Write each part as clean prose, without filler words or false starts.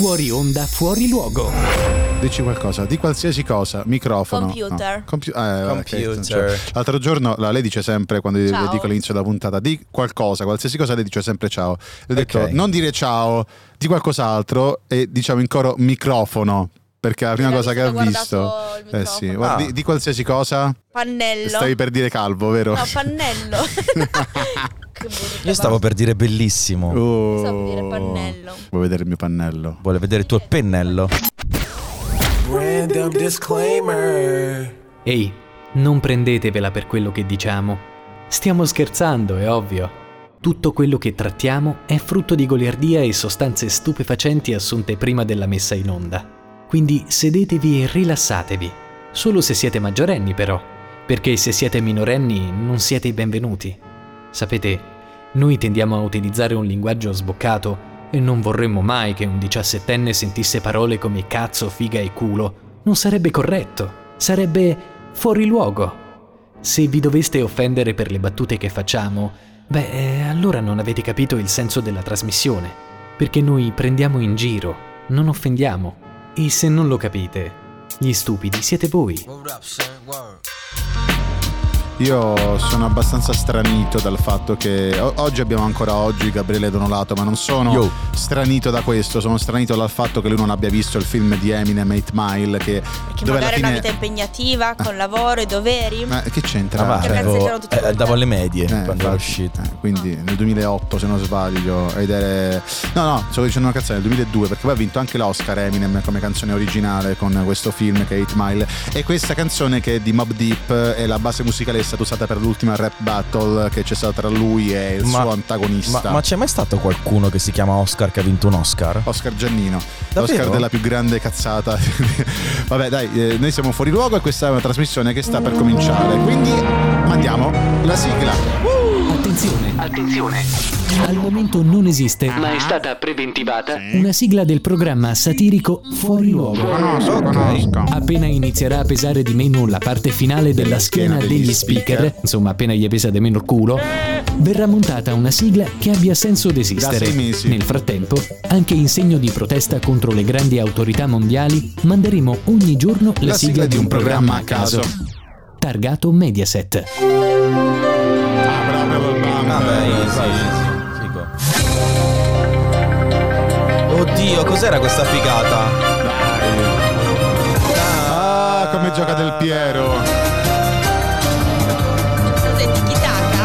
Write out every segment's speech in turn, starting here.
Fuori onda, fuori luogo. Dici qualcosa, di qualsiasi cosa, microfono. Computer. No. Computer. Okay. L'altro giorno lei dice sempre, quando le dico all'inizio della puntata, di qualcosa, qualsiasi cosa, lei dice sempre ciao. Le ho detto non dire ciao, di qualcos'altro, e diciamo in coro microfono. Perché la prima cosa che ha visto sì. Guarda, di qualsiasi cosa. Pannello. Stavi per dire calvo, vero? No, pannello. Io stavo per dire bellissimo. Stavo per dire pannello. Vuoi vedere il mio pannello? Vuole vedere il tuo pennello? Random disclaimer. Ehi, non prendetevela per quello che diciamo. Stiamo scherzando, è ovvio. Tutto quello che trattiamo è frutto di goliardia e sostanze stupefacenti assunte prima della messa in onda. Quindi sedetevi e rilassatevi. Solo se siete maggiorenni, però. Perché se siete minorenni non siete i benvenuti. Sapete, noi tendiamo a utilizzare un linguaggio sboccato e non vorremmo mai che un 17enne sentisse parole come cazzo, figa e culo. Non sarebbe corretto, sarebbe fuori luogo. Se vi doveste offendere per le battute che facciamo, allora non avete capito il senso della trasmissione, perché noi prendiamo in giro, non offendiamo. E se non lo capite, gli stupidi siete voi. Io sono abbastanza stranito dal fatto che oggi abbiamo ancora Gabriele Donolato, ma non sono stranito da questo, sono stranito dal fatto che lui non abbia visto il film di Eminem, 8 Mile, che dove magari alla fine... è una vita impegnativa con lavoro e doveri. Ma che c'entra? Andavo alle medie quando era uscito. Quindi nel 2008 se non sbaglio, ed è... No, sto dicendo una cazzata, nel 2002, perché poi ha vinto anche l'Oscar Eminem come canzone originale con questo film che è 8 Mile, e questa canzone che è di Mobb Deep è la base musicale, è stata usata per l'ultima rap battle che c'è stata tra lui e il suo antagonista. Ma c'è mai stato qualcuno che si chiama Oscar che ha vinto un Oscar? Oscar Giannino. Davvero? L'Oscar della più grande cazzata. Vabbè dai, noi siamo fuori luogo e questa è una trasmissione che sta per cominciare, quindi mandiamo la sigla. Attenzione. Al momento non esiste, ma è stata preventivata, una sigla del programma satirico Fuori Luogo. Conosco. Appena inizierà a pesare di meno la parte finale della schiena degli speaker, insomma appena gli pesa di meno il culo, verrà montata una sigla che abbia senso d'esistere. Da 6 mesi. Nel frattempo, anche in segno di protesta contro le grandi autorità mondiali, manderemo ogni giorno la sigla di un programma a caso, targato Mediaset. Vabbè, figo. Oddio, cos'era questa figata? Come gioca Del Piero. Cos'è, tiki-taka?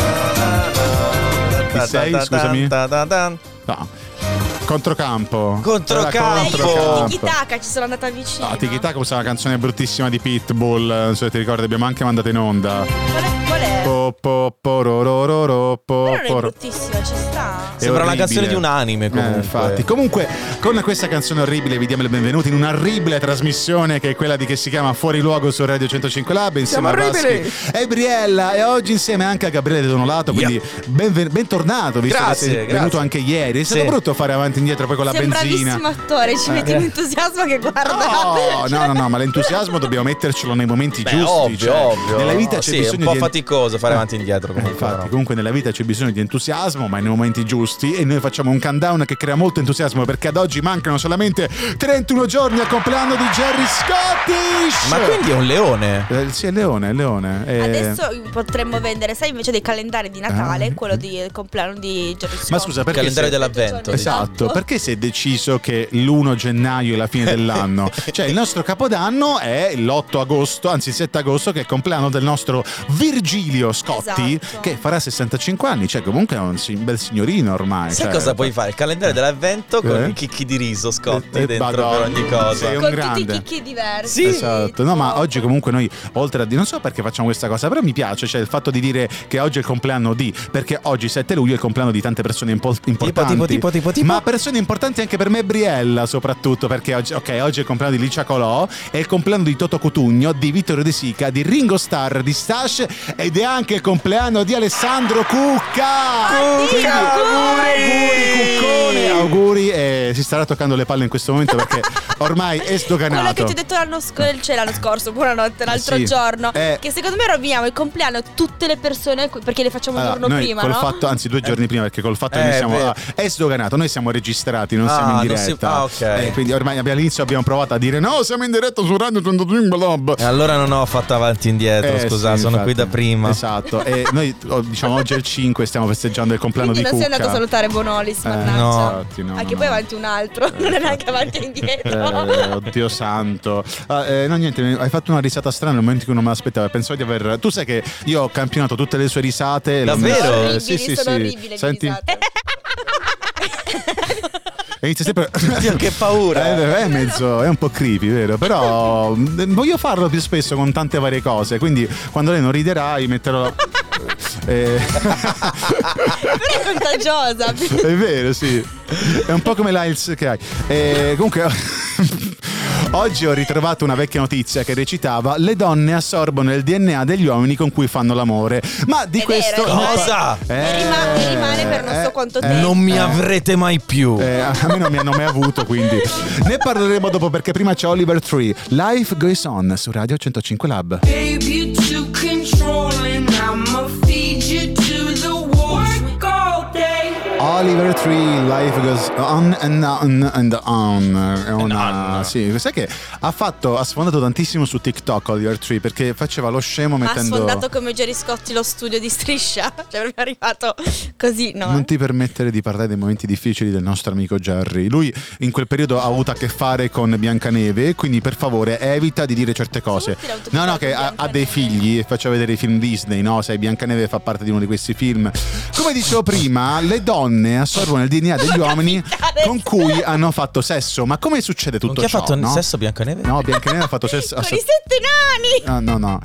Chi sei? Scusami. No. Controcampo. Tiki-taka, ci sono andata vicino. No, Tiki-taka usa una canzone bruttissima di Pitbull, non so se ti ricordi, abbiamo anche mandato in onda. Qual è? Però non è bruttissima, ci sta. Sembra una canzone di un anime comunque. Infatti. Comunque, con questa canzone orribile vi diamo il benvenuti in una orribile trasmissione che è quella che si chiama Fuori Luogo su Radio 105 Lab insieme a Vaschi e Briella, e oggi insieme anche a Gabriele Donolato, quindi bentornato, visto che sei venuto anche ieri. È stato brutto fare avanti e indietro poi con la benzina. Bravissimo attore, ci metti un entusiasmo che guarda. No, ma l'entusiasmo dobbiamo mettercelo nei momenti giusti. Ovvio. Nella vita c'è bisogno è un po' faticoso fare avanti e indietro comunque. Comunque nella vita c'è bisogno di entusiasmo, ma nei momenti giusti, e noi facciamo un countdown che crea molto entusiasmo, perché ad oggi mancano solamente 31 giorni al compleanno di Gerry Scottish. Ma quindi è un leone? Sì, è leone. Adesso potremmo vendere, sai, invece dei calendari di Natale, quello del compleanno di Gerry Scottish. Ma scusa, perché il calendario dell'avvento? Esatto, perché si è deciso che l'1 gennaio è la fine dell'anno? Cioè il nostro capodanno è l'8 agosto, anzi il 7 agosto, che è il compleanno del nostro Virgilio Scotti, che farà 65 anni, cioè comunque è un bel signorino ormai. Sai cosa puoi fare? Il calendario dell'avvento con i chicchi di riso Scotti dentro per ogni cosa. Con tutti i chicchi diversi. Sì, esatto. No, ma oggi comunque noi, oltre a dire, non so perché facciamo questa cosa, però mi piace, cioè il fatto di dire che oggi è il compleanno di, perché oggi 7 luglio è il compleanno di tante persone importanti. Tipo. Ma persone importanti anche per me e Briella, soprattutto perché oggi è il compleanno di Licia Colò, è il compleanno di Toto Cutugno, di Vittorio De Sica, di Ringo Starr, di Stash, ed è anche il compleanno di Alessandro Cucca. Auguri, e si starà toccando le palle in questo momento perché ormai è sdoganato. Quello che ti ho detto l'anno scorso, buonanotte, l'altro giorno, che secondo me roviniamo il compleanno tutte le persone perché le facciamo un giorno prima, col no? Fatto, anzi 2 giorni prima, perché col fatto che noi siamo è sdoganato. Noi stiamo registrati, non siamo in diretta. Ok. Quindi ormai all'inizio abbiamo provato a dire no, siamo in diretta su Radio 105 E allora non ho fatto avanti e indietro, scusa, sì, sono infatti, qui da prima. Esatto. E noi diciamo oggi è il 5, stiamo festeggiando il compleanno di Cucca. Non sei andato a salutare Bonolis, mannaggia. No. Anche poi avanti un altro, non è neanche avanti e indietro. Oddio santo. No, niente, hai fatto una risata strana nel momento in cui non me l'aspettavo. Pensavo di aver. Tu sai che io ho campionato tutte le sue risate. Davvero? Sì. Orribili, Senti. Inizia sempre. Oddio, che paura. È un po' creepy, vero? Però voglio farlo più spesso con tante varie cose. Quindi quando lei non riderà, io metterò. Però è contagiosa. È vero, sì. È un po' come l'AILS che hai. Comunque. Oggi ho ritrovato una vecchia notizia che recitava: le donne assorbono il DNA degli uomini con cui fanno l'amore. Ma di questo cosa? Rimane per non so quanto tempo. Non mi avrete mai più. A me non mi hanno mai avuto, quindi ne parleremo dopo, perché prima c'è Oliver Tree, Life Goes On su Radio 105 Lab. Baby, to control and I'ma feed you to the wolves. Work all day. Oliver Tree, Life Goes On and On and On. È una. Sì, sai che ha sfondato tantissimo su TikTok Oliver Tree, perché faceva lo scemo mettendo. Ha sfondato come Gerry Scotti lo studio di Striscia. Cioè, è arrivato così, no? Non ti permettere di parlare dei momenti difficili del nostro amico Gerry. Lui in quel periodo ha avuto a che fare con Biancaneve, quindi per favore evita di dire certe cose. No, che ha dei figli e faccia vedere i film Disney, no? Sai, Biancaneve fa parte di uno di questi film. Come dicevo prima, le donne assorbono il DNA degli uomini con cui hanno fatto sesso. Ma come succede tutto ciò? Chi ha fatto sesso Biancaneve? No, Biancaneve ha fatto sesso con i 7 nani. No.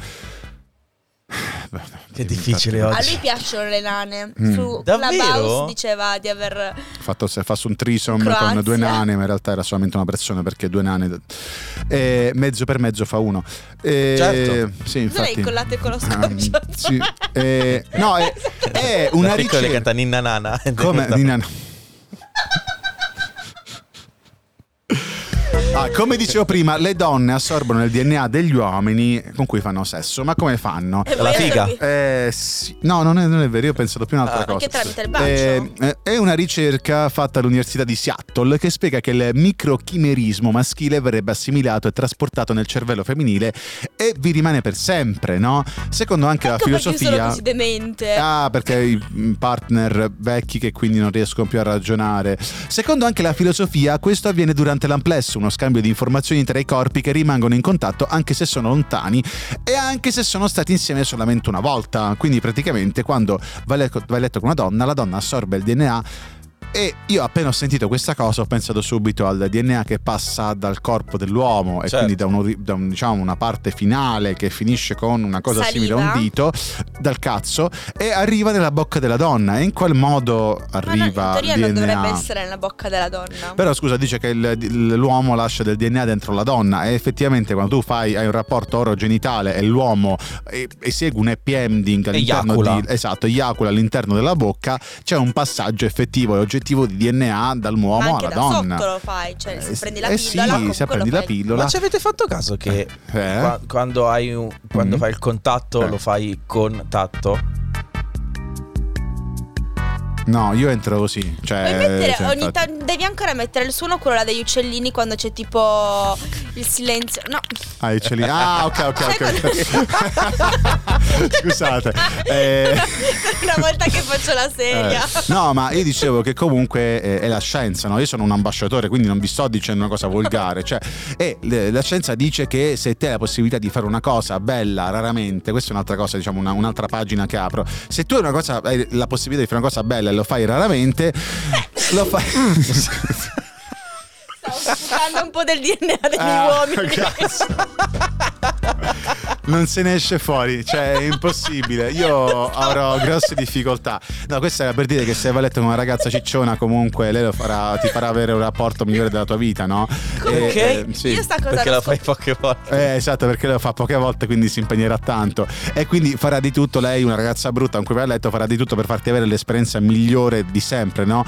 Che difficile oggi. A lui piacciono le nane. Su Davvero? Clubhouse diceva di aver fatto un threesome con 2 nane, ma in realtà era solamente una persona, perché 2 nane mezzo per mezzo fa uno. Certo. Sì, infatti. lei collate con lo scotch. Sì. No, è una ricerca. Le canta Ninna Nana. Come Ninna Nana? Come dicevo prima, le donne assorbono il DNA degli uomini con cui fanno sesso. Ma come fanno? La figa? Sì. No, non è vero, io ho pensato più a un'altra cosa. Anche tramite il bacio? È una ricerca fatta all'Università di Seattle che spiega che il microchimerismo maschile verrebbe assimilato e trasportato nel cervello femminile e vi rimane per sempre, no? Secondo anche la filosofia. Perché sono così demente? Perché i partner vecchi che quindi non riescono più a ragionare. Secondo anche la filosofia, questo avviene durante l'amplesso, uno scambio di informazioni tra i corpi che rimangono in contatto anche se sono lontani e anche se sono stati insieme solamente una volta. Quindi praticamente quando vai a letto con una donna, la donna assorbe il DNA. E io appena ho sentito questa cosa ho pensato subito al DNA che passa dal corpo dell'uomo, certo. E quindi da diciamo una parte finale che finisce con una cosa simile a un dito dal cazzo e arriva nella bocca della donna. E in qual modo arriva in teoria il DNA? Non dovrebbe essere nella bocca della donna. Però scusa, dice che l'uomo lascia del DNA dentro la donna e effettivamente quando tu hai un rapporto orogenitale e l'uomo esegue un happy ending all'interno eiacula all'interno della bocca, c'è un passaggio effettivo e oggettivo di DNA dall'uomo alla donna. Ma anche da sotto lo fai, cioè se prendi la pillola. Se prendi la pillola. Ma ci avete fatto caso che quando fai il contatto lo fai con tatto? No, io entro così. Devi ancora mettere il suono, quello là degli uccellini, quando c'è tipo il silenzio. No. Gli uccellini. Ok. Scusate. Una volta che faccio la seria. No, ma io dicevo che comunque è la scienza, no? Io sono un ambasciatore, quindi non vi sto dicendo una cosa volgare. Cioè, la scienza dice che se te hai la possibilità di fare una cosa bella raramente, questa è un'altra cosa, diciamo un'altra pagina che apro. Se tu hai la possibilità di fare una cosa bella e lo fai raramente, lo fai. Stavo sputando un po' del DNA degli uomini. Non se ne esce fuori, cioè è impossibile. Io avrò grosse difficoltà. No, questa era per dire che se vai a letto con una ragazza cicciona, comunque lei ti farà avere un rapporto migliore della tua vita, no? Ok. Sì. Io sta cosa perché la fai poche volte. Esatto, perché lo fa poche volte, quindi si impegnerà tanto. E quindi farà di tutto, lei, una ragazza brutta con cui vai a letto, farà di tutto per farti avere l'esperienza migliore di sempre, no?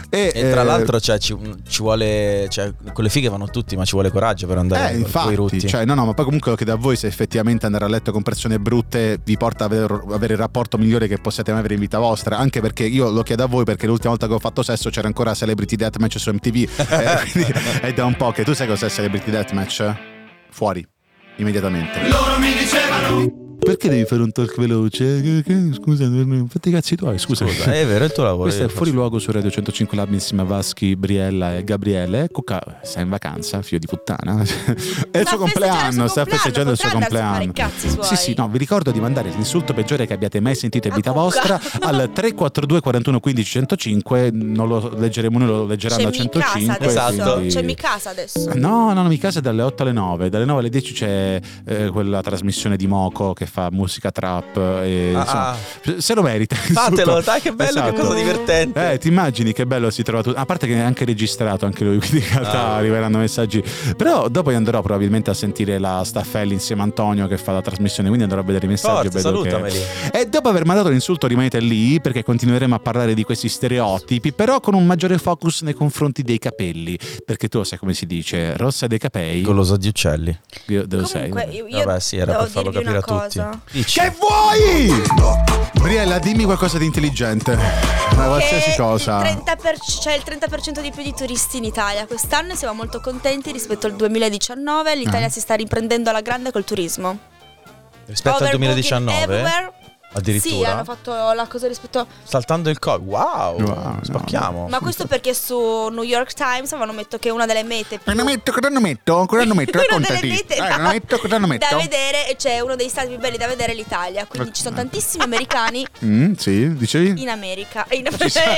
E tra l'altro ci vuole, cioè, con le fighe vanno tutti, ma ci vuole coraggio per andare con i rutti. Cioè, no, ma poi comunque lo chiedo a voi se effettivamente andare a letto con persone brutte vi porta a avere il rapporto migliore che possiate mai avere in vita vostra. Anche perché io lo chiedo a voi perché l'ultima volta che ho fatto sesso c'era ancora Celebrity Deathmatch su MTV. Quindi è da un po' che tu sai cos'è Celebrity Deathmatch? Fuori, immediatamente. Loro mi dicevano: perché devi fare un talk veloce? Scusa, fatti i cazzi tuoi, scusa. È vero, è il tuo lavoro. Questo è Fuori Luogo su Radio 105 Lab insieme a Vaschi, Briella e Gabriele. Sei in vacanza, figlio di puttana. È il suo compleanno, sta festeggiando il suo compleanno. Sì, no, vi ricordo di mandare l'insulto peggiore che abbiate mai sentito in vita vostra al 342 41 15 105. Non lo leggeremo noi, lo leggeranno a 105. Esatto. C'è Mikasa adesso. No, Mikasa è dalle 8 alle 9. Dalle 9 alle 10 c'è quella trasmissione di Moco che fa musica trap e insomma, se lo merita. Fatelo, dai, che bello, esatto. Che cosa divertente. Ti immagini che bello si trova tutto. A parte che è anche registrato anche lui, quindi in realtà arriveranno messaggi. Però dopo io andrò probabilmente a sentire la Staffelli insieme a Antonio che fa la trasmissione, quindi andrò a vedere i messaggi. Forza, salutameli. E dopo aver mandato l'insulto rimanete lì perché continueremo a parlare di questi stereotipi, però con un maggiore focus nei confronti dei capelli, perché tu sai come si dice, rossa dei capelli, golosa di uccelli. Io lo sai. Vabbè, sì, era per farlo capire a tutti. Dici. Che vuoi? Briella, dimmi qualcosa di intelligente. Una qualsiasi cosa. C'è il 30% di più di turisti in Italia quest'anno e siamo molto contenti rispetto al 2019. L'Italia si sta riprendendo alla grande col turismo. Rispetto al 2019? Addirittura? Sì, hanno fatto la cosa rispetto saltando il Covid. Wow, spacchiamo. No. Ma questo perché su New York Times avevano metto che una delle mete cosa hanno metto? Raccontati. Da vedere, c'è uno dei stati più belli da vedere, l'Italia. Quindi ci sono tantissimi americani. Sì, dicevi? In America. Ci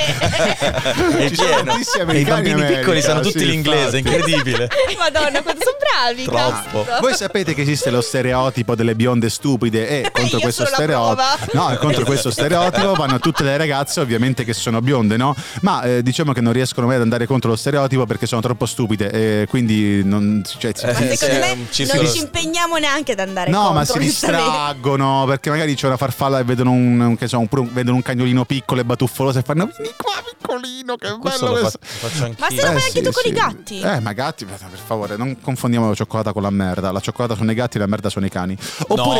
sono tantissimi americani. I bambini piccoli sanno tutti l'inglese, incredibile. Madonna, quanto sono bravi. Troppo. Voi sapete che esiste lo stereotipo delle bionde stupide e contro questo stereotipo contro questo stereotipo vanno tutte le ragazze ovviamente che sono bionde, no? Ma diciamo che non riescono mai ad andare contro lo stereotipo perché sono troppo stupide e quindi non secondo me non ci impegniamo neanche ad andare contro. No, ma si distraggono perché magari c'è una farfalla e vedono vedono un cagnolino piccolo e batuffoloso e fanno vieni qua piccolino, che questo bello. Faccio anch'io. Ma se lo fai anche tu con i gatti? Ma gatti, per favore, non confondiamo la cioccolata con la merda. La cioccolata sono i gatti e la merda sono i cani. Oppure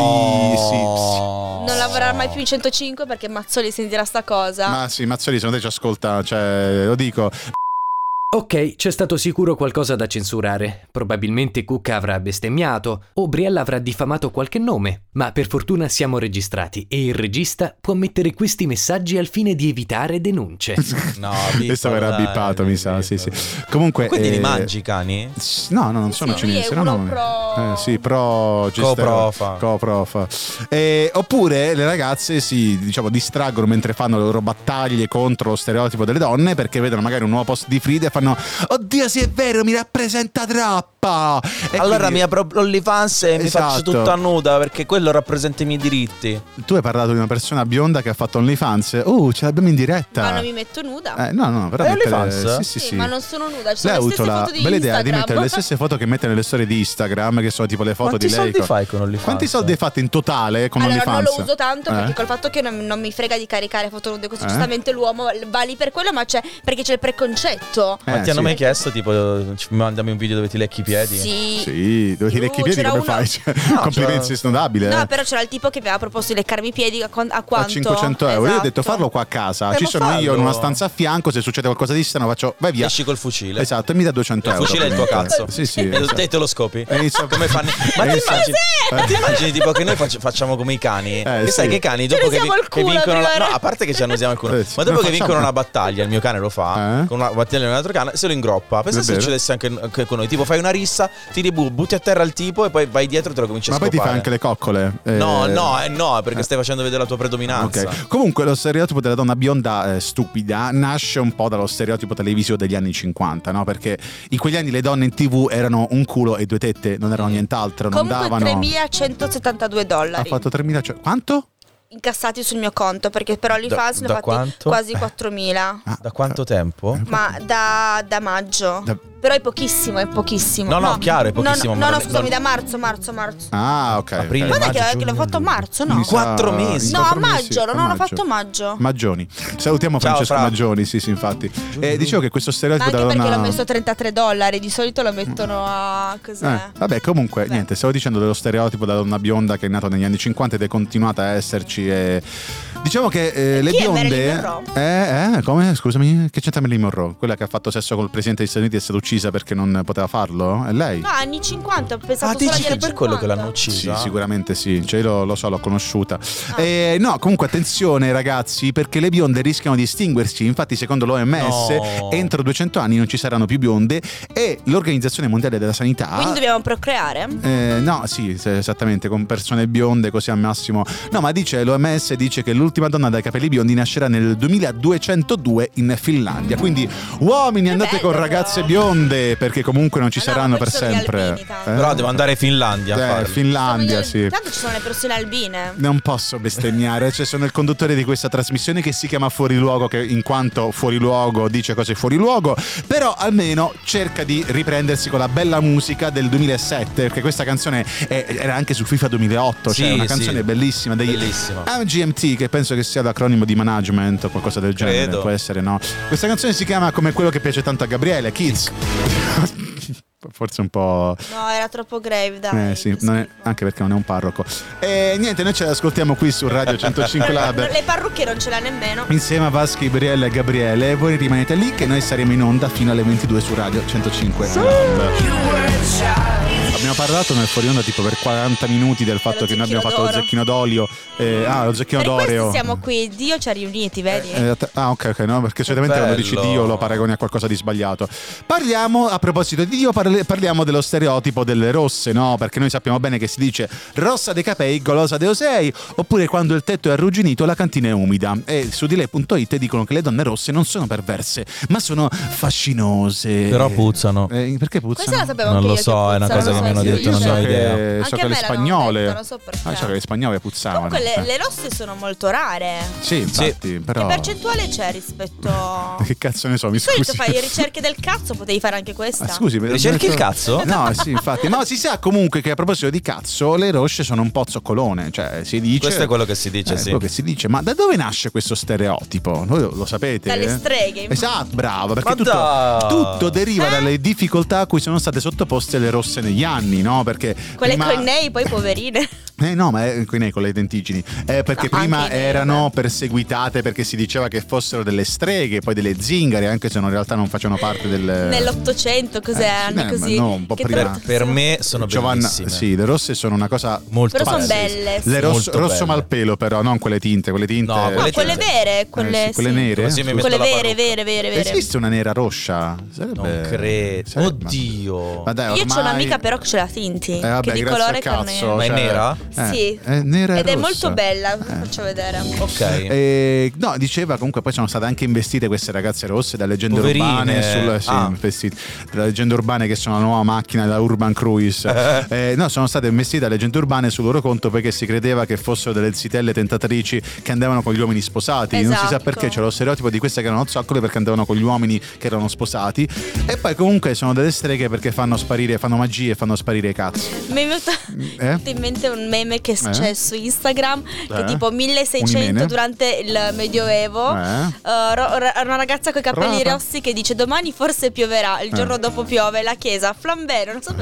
non lavorare mai più in 105 perché Mazzoli sentirà sta cosa. Ma sì, Mazzoli secondo te ci ascolta, cioè lo dico. Ok, c'è stato sicuro qualcosa da censurare. Probabilmente Cucca avrà bestemmiato o Briella avrà diffamato qualche nome, ma per fortuna siamo registrati e il regista può mettere questi messaggi al fine di evitare denunce. No, questo verrà bippato, mi sa, sì. Comunque quindi li mangi i cani? No, non sono cinesi, pro coprofa. Oppure le ragazze si distraggono mentre fanno le loro battaglie contro lo stereotipo delle donne perché vedono magari un nuovo post di Frida e fanno oddio, sì, è vero, mi rappresenta troppo. E allora mi apro l'OnlyFans e mi faccio tutta nuda perché quello rappresenta i miei diritti. Tu hai parlato di una persona bionda che ha fatto OnlyFans. Ce l'abbiamo in diretta. Ma non mi metto nuda. No, però OnlyFans? Sì, ma non sono nuda. Ci sono le stesse foto di bella Instagram. Idea di mettere le stesse foto che mette nelle storie di Instagram, che sono tipo le foto di lei. Quanti soldi fai con OnlyFans? Quanti soldi hai fatto in totale con OnlyFans? Allora non lo uso tanto perché col fatto che non mi frega di caricare foto nude così, giustamente l'uomo va lì per quello, ma perché c'è il preconcetto. Ma ti hanno mai chiesto tipo ci mandami un video dove ti lecchi i piedi? Sì, dove ti lecchi i piedi come fai? Complimenti, snodabile. No, però c'era il tipo che aveva proposto di leccarmi i piedi a quanto? A 500 euro. Io ho detto farlo qua a casa. Ci sono io in una stanza a fianco, se succede qualcosa di strano faccio vai via. Esci col fucile. Esatto, e mi dà 200 euro. Il fucile è il tuo cazzo. Sì. E te lo scopi. Come fanno? Ma ti immagini tipo che noi facciamo come i cani? Che sai che i cani dopo che vincono no, a parte che ci annusiamo il culo, ma dopo che vincono una battaglia, il mio cane lo fa con una battaglia di un altro cane, se lo ingroppa. Pensa se succedesse anche con noi. Tipo fai una rissa, tiri butti a terra il tipo e poi vai dietro e te lo cominci a scopare. Ma poi ti fai anche le coccole? No, perché stai facendo vedere la tua predominanza. Ok. Comunque lo stereotipo della donna bionda stupida nasce un po' dallo stereotipo televisivo degli anni 50, no? Perché in quegli anni le donne in TV erano un culo e due tette, non erano nient'altro, non davano. Comunque $3.172. Ha fatto 3.000. Quanto? Incassati sul mio conto, perché però l'OnlyFans ne ho fatti quasi 4.000. Da quanto tempo? Ma da maggio. però è pochissimo. No, chiaro, è pochissimo. No, scusami, da marzo. Ah, ok. Aprile, guarda maggio, che l'ho fatto a marzo, no? 4 mesi. No, a maggio, non l'ho fatto a maggio. Maggioni. Salutiamo Francesco Maggioni, sì, infatti. Dicevo che questo stereotipo anche da donna... perché l'ho messo $33, di solito lo mettono a cos'è? Vabbè, comunque, niente, stavo dicendo dello stereotipo da donna bionda che è nato negli anni 50 ed è continuata a esserci e... Diciamo che le bionde... Come? Scusami, che c'entra Marilyn Monroe? Quella che ha fatto sesso col presidente degli Stati Uniti e è stata uccisa perché non poteva farlo? È lei? No, anni 50, ho pensato solo agli anni 50. Per quello che l'hanno uccisa? Sì, sicuramente sì, cioè lo so, l'ho conosciuta. No, comunque attenzione ragazzi, perché le bionde rischiano di estinguersi. Infatti secondo l'OMS entro 200 anni non ci saranno più bionde e l'Organizzazione Mondiale della Sanità... Quindi dobbiamo procreare? No, sì, esattamente, con persone bionde così al massimo. No, ma l'OMS dice che l'ultima donna dai capelli biondi nascerà nel 2202 in Finlandia. Quindi uomini, andate con ragazze bionde, perché comunque non ci saranno per sempre. Però devo andare in Finlandia. Finlandia, sì. Tanto ci sono le persone albine. Non posso bestemmiare. Cioè, sono il conduttore di questa trasmissione che si chiama Fuori Luogo, che in quanto fuori luogo dice cose fuori luogo, però almeno cerca di riprendersi con la bella musica del 2007, perché questa canzone era anche su FIFA 2008. Cioè una canzone bellissima degli MGMT, che penso che sia l'acronimo di management o qualcosa del genere. Credo. Può essere, no? Questa canzone si chiama come quello che piace tanto a Gabriele, Kids. Forse un po'... No, era troppo grave, dai. Sì, anche perché non è un parroco. E niente, noi ce l'ascoltiamo qui su Radio 105 Lab. Le parrucche non ce l'ha nemmeno. Insieme a Vasco, Gabriele e Gabriele. E voi rimanete lì che noi saremo in onda fino alle 22 su Radio 105 Lab. Abbiamo parlato nel fuori onda tipo per 40 minuti del fatto che noi abbiamo fatto lo zecchino d'olio. Lo zecchino d'oreo. Siamo qui, Dio ci ha riuniti, vedi? Ok, no, perché solitamente quando dici Dio lo paragoni a qualcosa di sbagliato. Parliamo, a proposito di Dio, parliamo dello stereotipo delle rosse, no? Perché noi sappiamo bene che si dice rossa dei capelli, golosa dei osei, oppure quando il tetto è arrugginito la cantina è umida. E su di lei.it dicono che le donne rosse non sono perverse, ma sono fascinose. Però puzzano. Perché puzzano? Questa la sapevo non anche lo io. So, è una cosa che mi hanno detto, non ho idea. So che le spagnole. Non so perché. So che le spagnole puzzavano. Comunque le rosse sono molto rare. Sì, infatti, però. Che percentuale c'è rispetto? Che cazzo ne so, mi scusi. Di scusi. solito fai ricerche del cazzo, potevi fare anche questa. Scusi, ricerchi il cazzo? No, sì, infatti. Ma si sa comunque che a proposito di cazzo, le rosse sono un po' zoccolone. Cioè, si dice. Questo è quello che si dice, sì. Quello che si dice. Ma da dove nasce questo stereotipo? Voi lo sapete? Dalle streghe. Esatto, bravo. Perché tutto deriva dalle difficoltà a cui sono state sottoposte le rosse negli anni, no? Perché quelle coi nei, poi poverine. No, ma coi nei, con le dentigini. Perché prima erano perseguitate perché si diceva che fossero delle streghe, poi delle zingare, anche se in realtà non facevano parte del. Nell'Ottocento, cos'è? Anni così. No, un po' prima. Per me sono bellissime. Sì, le rosse sono una cosa molto però sono belle. Le rosso malpelo, però, non quelle tinte. No, quelle vere, quelle nere. Quelle vere. Esiste una nera roscia? Non credo. Oddio. Ma dai, ormai... Io c'ho un'amica però che ce l'ha tinti. Vabbè, che di colore carne. Ma è nera? Sì. È nera ed è è molto bella, faccio vedere. Ok. No, diceva comunque poi sono state anche investite queste ragazze rosse da leggende urbane da leggende urbane che sono la nuova macchina della Urban Cruise. No, sono state investite da leggende urbane sul loro conto perché si credeva che fossero delle zitelle tentatrici che andavano con gli uomini sposati. Esatto. Non si sa perché, c'è lo stereotipo di queste che erano zoccole perché andavano con gli uomini che erano sposati. E poi comunque sono delle streghe perché fanno magie e fanno sparire i cazzi. Mi è venuto in mente un meme che c'è su Instagram che tipo 1600 durante il Medioevo una ragazza con i capelli rossi che dice domani forse pioverà, il giorno dopo piove, la chiesa flambè, non so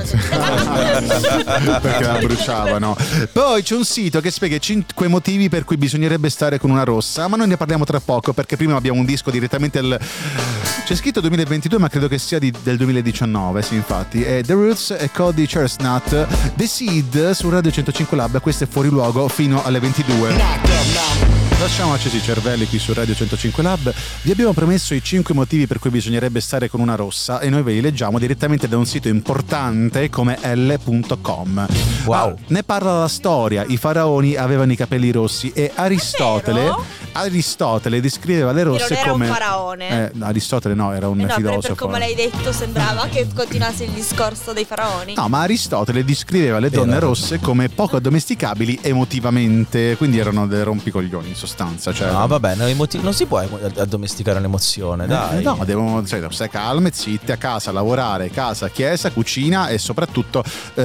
perché la bruciavano. Poi c'è un sito che spiega 5 motivi per cui bisognerebbe stare con una rossa, ma noi ne parliamo tra poco perché prima abbiamo un disco direttamente c'è scritto 2022 ma credo che sia del 2019, sì, infatti è The Roots e Cody Chestnut, The Seed su Radio 105 Lab. Questo è Fuori Luogo fino alle 22. Lasciamo accesi i cervelli qui su Radio 105 Lab. Vi abbiamo promesso i 5 motivi per cui bisognerebbe stare con una rossa e noi ve li leggiamo direttamente da un sito importante come L.com. Wow. Ne parla la storia. I faraoni avevano i capelli rossi e Aristotele Aristotele descriveva le rosse come... non era un faraone. Aristotele no, era un filosofo. Per come l'hai detto sembrava che continuasse il discorso dei faraoni. No, ma Aristotele descriveva le donne rosse come poco addomesticabili emotivamente, quindi erano dei rompicoglioni in sostanza. Cioè, no, vabbè, non si può addomesticare un'emozione, dai. No, devono stare calme, zitte, a casa, lavorare, casa, chiesa, cucina e soprattutto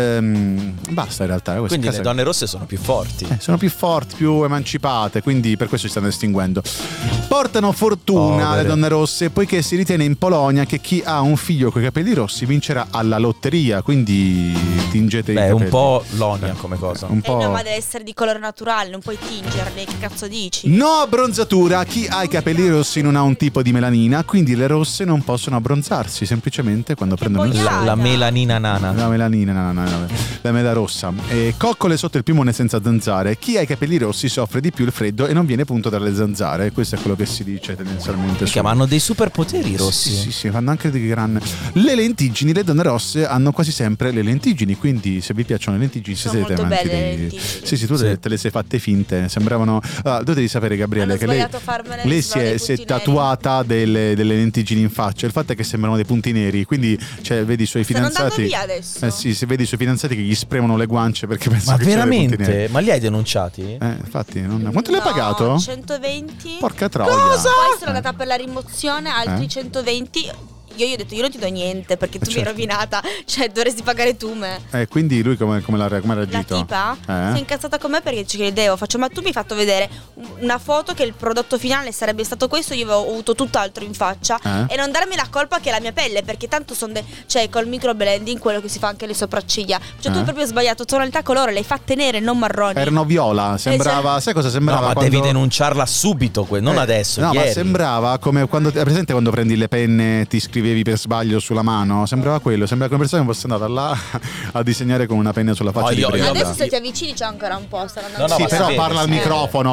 basta in realtà. Quindi le donne rosse sono più forti. Sono più forti, più emancipate, quindi per questo si stanno estinguendo. Portano fortuna le donne rosse, poiché si ritiene in Polonia che chi ha un figlio con i capelli rossi vincerà alla lotteria, quindi tingete i capelli. Un po' l'onia come cosa. Un po'... no, ma deve essere di colore naturale, non puoi tingerli, che cazzo dici? No abbronzatura, chi ha i capelli rossi non ha un tipo di melanina, quindi le rosse non possono abbronzarsi, semplicemente quando prendono la melanina nana. La melanina nana, la mela rossa. E coccole sotto il piumone senza zanzare, chi ha i capelli rossi soffre di più il freddo e non viene punto dalle zanzare, questo è quello che si dice tendenzialmente. Ma hanno dei superpoteri rossi. Sì, fanno anche dei gran... Le lentiggini, le donne rosse hanno quasi sempre le lentiggini, quindi se vi piacciono le lentiggini sono molto belle le lentiggini. Sì, tu te le sei fatte finte, sembravano... tu devi sapere, Gabriele, che lei si è tatuata delle lentiggini in faccia, il fatto è che sembrano dei punti neri, quindi vedi i suoi fidanzati... via adesso. Sì, se vedi i suoi fidanzati che gli spremono le guance perché pensano che veramente? Dei punti neri. Ma li hai denunciati? Infatti, quanto l'hai pagato? 120. Porca troia. Cosa? Poi sono andata per la rimozione, altri 120. Io gli ho detto, io non ti do niente perché tu mi hai rovinata, cioè dovresti pagare tu me. Quindi lui come l'ha reagito? La tipa si è incazzata con me perché ci credevo. Ma tu mi hai fatto vedere una foto che il prodotto finale sarebbe stato questo, io avevo avuto tutt'altro in faccia e non darmi la colpa che è la mia pelle, perché tanto sono col microblending quello che si fa anche le sopracciglia. Cioè tu hai proprio sbagliato tonalità colore, le hai fatte nere, non marroni. Erano viola, sembrava, sai cosa sembrava? No, ma quando... devi denunciarla subito, non adesso. No, ieri. Ma sembrava come quando è presente quando prendi le penne, ti scrivevi per sbaglio sulla mano, sembrava quello, sembrava che una persona fosse andata là a disegnare con una penna sulla faccia di Briella. Adesso se ti avvicini c'è ancora un po', sì, però parla al microfono,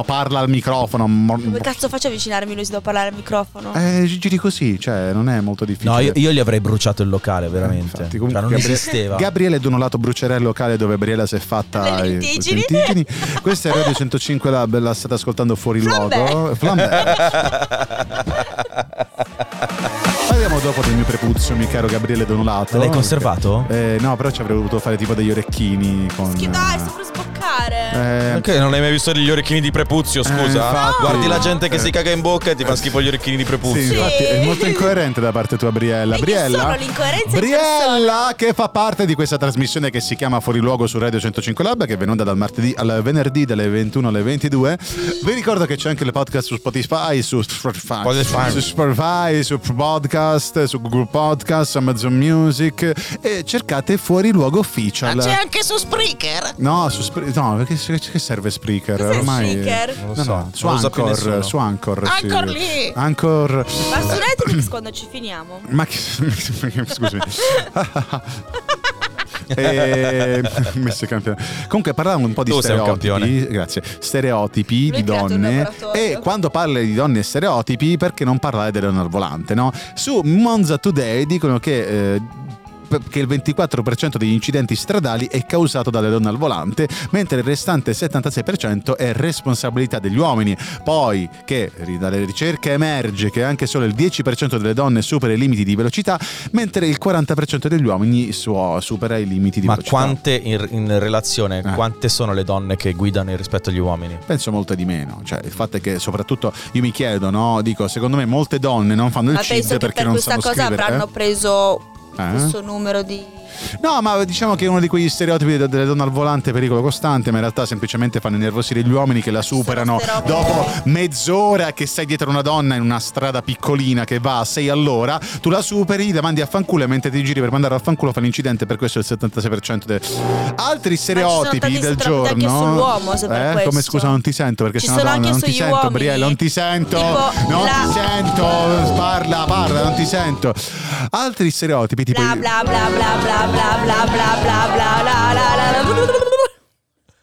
Come cazzo faccio a avvicinarmi lui se devo parlare al microfono? Giri così, cioè non è molto difficile. No, io gli avrei bruciato il locale, veramente. Infatti, non esisteva. Gabriele Donolato brucerà il locale dove Briella si è fatta le lentiggini. Questa è Radio 105 Lab, la state ascoltando fuori luogo. Parliamo dopo del mio prepuzio, mio caro Gabriele Donolato. L'hai conservato? No, però ci avrei voluto fare tipo degli orecchini con... Dai, sto per sboccare. Perché non hai mai visto gli orecchini di prepuzio, scusa? Infatti, guardi la gente che si caga in bocca e ti fa schifo gli orecchini di prepuzio. Sì, infatti è molto incoerente da parte tua, Briella. Briella che fa parte di questa trasmissione che si chiama Fuori Luogo su Radio 105 Lab, che è venuta dal martedì al venerdì dalle 21 alle 22. Vi ricordo che c'è anche le podcast su Spotify, su podcast, su Google Podcast, Amazon Music, e cercate Fuori Luogo Official. Ma c'è anche su Spreaker? No, perché che serve Spreaker? Ormai Spreaker? Non lo so. Su Anchor, sì. Anchor lì. Anchor. Ma su Netflix quando ci finiamo? Ma scusami. Comunque parlavamo un po' di stereotipi. Grazie. Stereotipi di donne. E quando parli di donne e stereotipi, perché non parlare delle donne al volante, no? Su Monza Today dicono che il 24% degli incidenti stradali è causato dalle donne al volante, mentre il restante 76% è responsabilità degli uomini. Poi che dalle ricerche emerge che anche solo il 10% delle donne supera i limiti di velocità, mentre il 40% degli uomini supera i limiti di velocità. Ma quante in relazione, quante sono le donne che guidano rispetto agli uomini? Penso molte di meno. Cioè, il fatto è che soprattutto io mi chiedo, no? Dico, secondo me molte donne non fanno il CID perché non sanno scrivere. Ma penso che per questa cosa avranno preso questo numero di... No, ma diciamo che è uno di quegli stereotipi delle donne al volante, pericolo costante, ma in realtà semplicemente fanno innervosire gli uomini che la superano dopo mezz'ora che stai dietro una donna in una strada piccolina che va a 6 all'ora, tu la superi, la mandi a fanculo e mentre ti giri per mandare a fanculo fa l'incidente, per questo il 76% altri stereotipi del giorno. Anche sull'uomo, se per questo. Come scusa, non ti sento perché ci sono una donna, non ti sento, uomini. Briella, non ti sento. Ti sento, parla, non ti sento. Altri stereotipi tipo bla bla bla bla bla bla bla bla bla bla bla bla bla.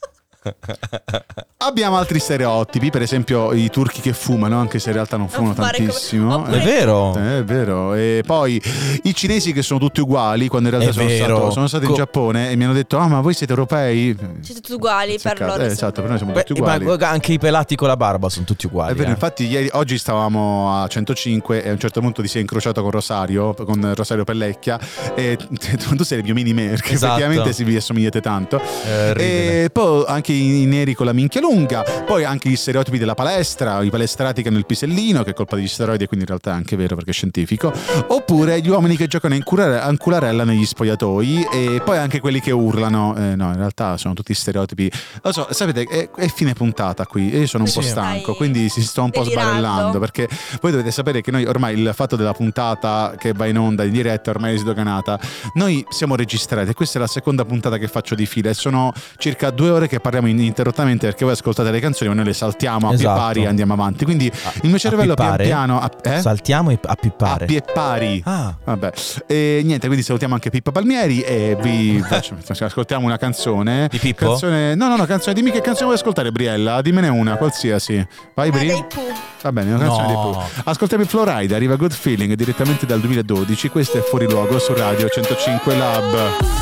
Abbiamo altri stereotipi, per esempio i turchi che fumano, anche se in realtà non fumano tantissimo. È vero. È vero. E poi i cinesi che sono tutti uguali, quando in realtà sono stato in Giappone e mi hanno detto: ma voi siete europei? Siete tutti uguali per loro. Esatto, per noi siamo tutti uguali. Ma anche i pelati con la barba sono tutti uguali. È vero, infatti oggi stavamo a 105 e a un certo punto ti sei incrociato con Rosario Pellecchia, e tu sei il mio mini me, perché effettivamente vi assomigliate tanto. E poi anche i neri con la minchia lunga. Poi anche gli stereotipi della palestra, i palestrati che hanno il pisellino, che è colpa degli steroidi, e quindi in realtà è anche vero perché è scientifico. Oppure gli uomini che giocano in cularella negli spogliatoi, e poi anche quelli che urlano. No, in realtà sono tutti stereotipi. Lo so, sapete, è fine puntata qui e io sono un po' stanco, quindi si sto un po' sbarellando, perché voi dovete sapere che noi ormai il fatto della puntata che va in onda in diretta ormai è sdoganata. Noi siamo registrati e questa è la seconda puntata che faccio di fila e sono circa 2 ore che parliamo ininterrottamente, perché voi ascoltate le canzoni ma noi le saltiamo a piè pari e andiamo avanti, quindi il mio cervello pian piano saltiamo a più pari. A piè pari. Vabbè. E niente, quindi salutiamo anche Pippo Palmieri e vi ascoltiamo una canzone di Pippo? No, canzone. Dimmi che canzone vuoi ascoltare, Briella, dimmene una qualsiasi. Vai, Bri. Va bene, una canzone dei Pooh. Ascoltiamo Florida, arriva Good Feeling direttamente dal 2012. Questo è Fuori Luogo su Radio 105 Lab.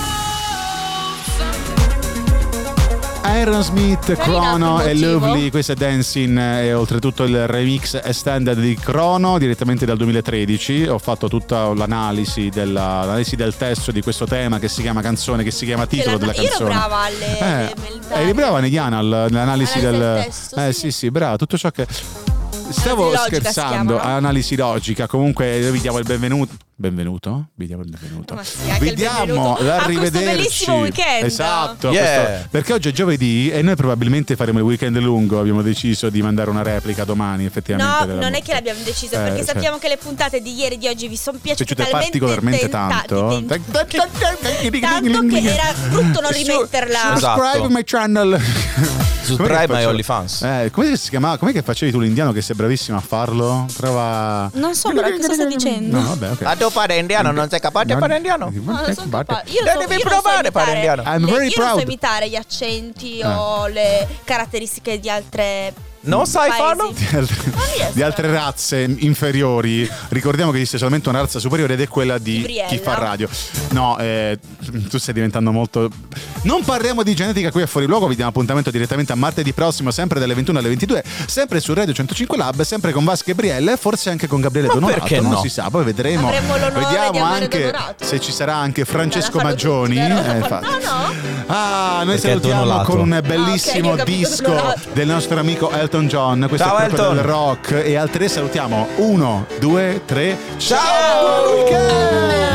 Aerosmith, Chrono e Lovely, questa è Dancing, e oltretutto il remix extended di Chrono direttamente dal 2013. Ho fatto tutta l'analisi del testo di questo tema che si chiama canzone, che si chiama titolo della canzone. Io ero brava eri brava Negliana all'analisi del testo, sì, brava, tutto ciò che stavo scherzando, analisi logica. Comunque vi diamo il benvenuto. Vi diamo l'arrivederci. Bellissimo weekend. Esatto, perché oggi è giovedì e noi probabilmente faremo il weekend lungo. Abbiamo deciso di mandare una replica domani, effettivamente. No, non è che l'abbiamo deciso, perché sappiamo che le puntate di ieri e di oggi vi sono piaciute particolarmente tanto. Tanto che era brutto non rimetterla. Subscribe my channel. Subscribe my OnlyFans. Come si chiamava? Com'è che facevi tu l'indiano, che sei bravissimo a farlo? Prova. Non so, però cosa stai dicendo? No, vabbè, ok. Tu fare indiano, non sei capace di fare indiano? No, non sono capace. Io devi provare a fare indiano. I'm very proud. Io non so imitare gli accenti o le caratteristiche di altre. Non sai farlo? Di altre razze inferiori. Ricordiamo che esiste solamente una razza superiore ed è quella di chi fa radio. No, tu stai diventando molto. Non parliamo di genetica qui a Fuori Luogo. Vi diamo appuntamento direttamente a martedì prossimo, sempre dalle 21 alle 22, sempre su Radio 105 Lab, sempre con Vasco e Brielle, forse anche con Gabriele Donorato. Perché non no? si sa, poi vedremo. Vediamo anche se ci sarà anche Francesco Maggioni. Noi salutiamo con un bellissimo disco del nostro amico Elton John. Questo ciao, è proprio Elton. del rock. E al 3 salutiamo. 1, 2, 3. Ciao!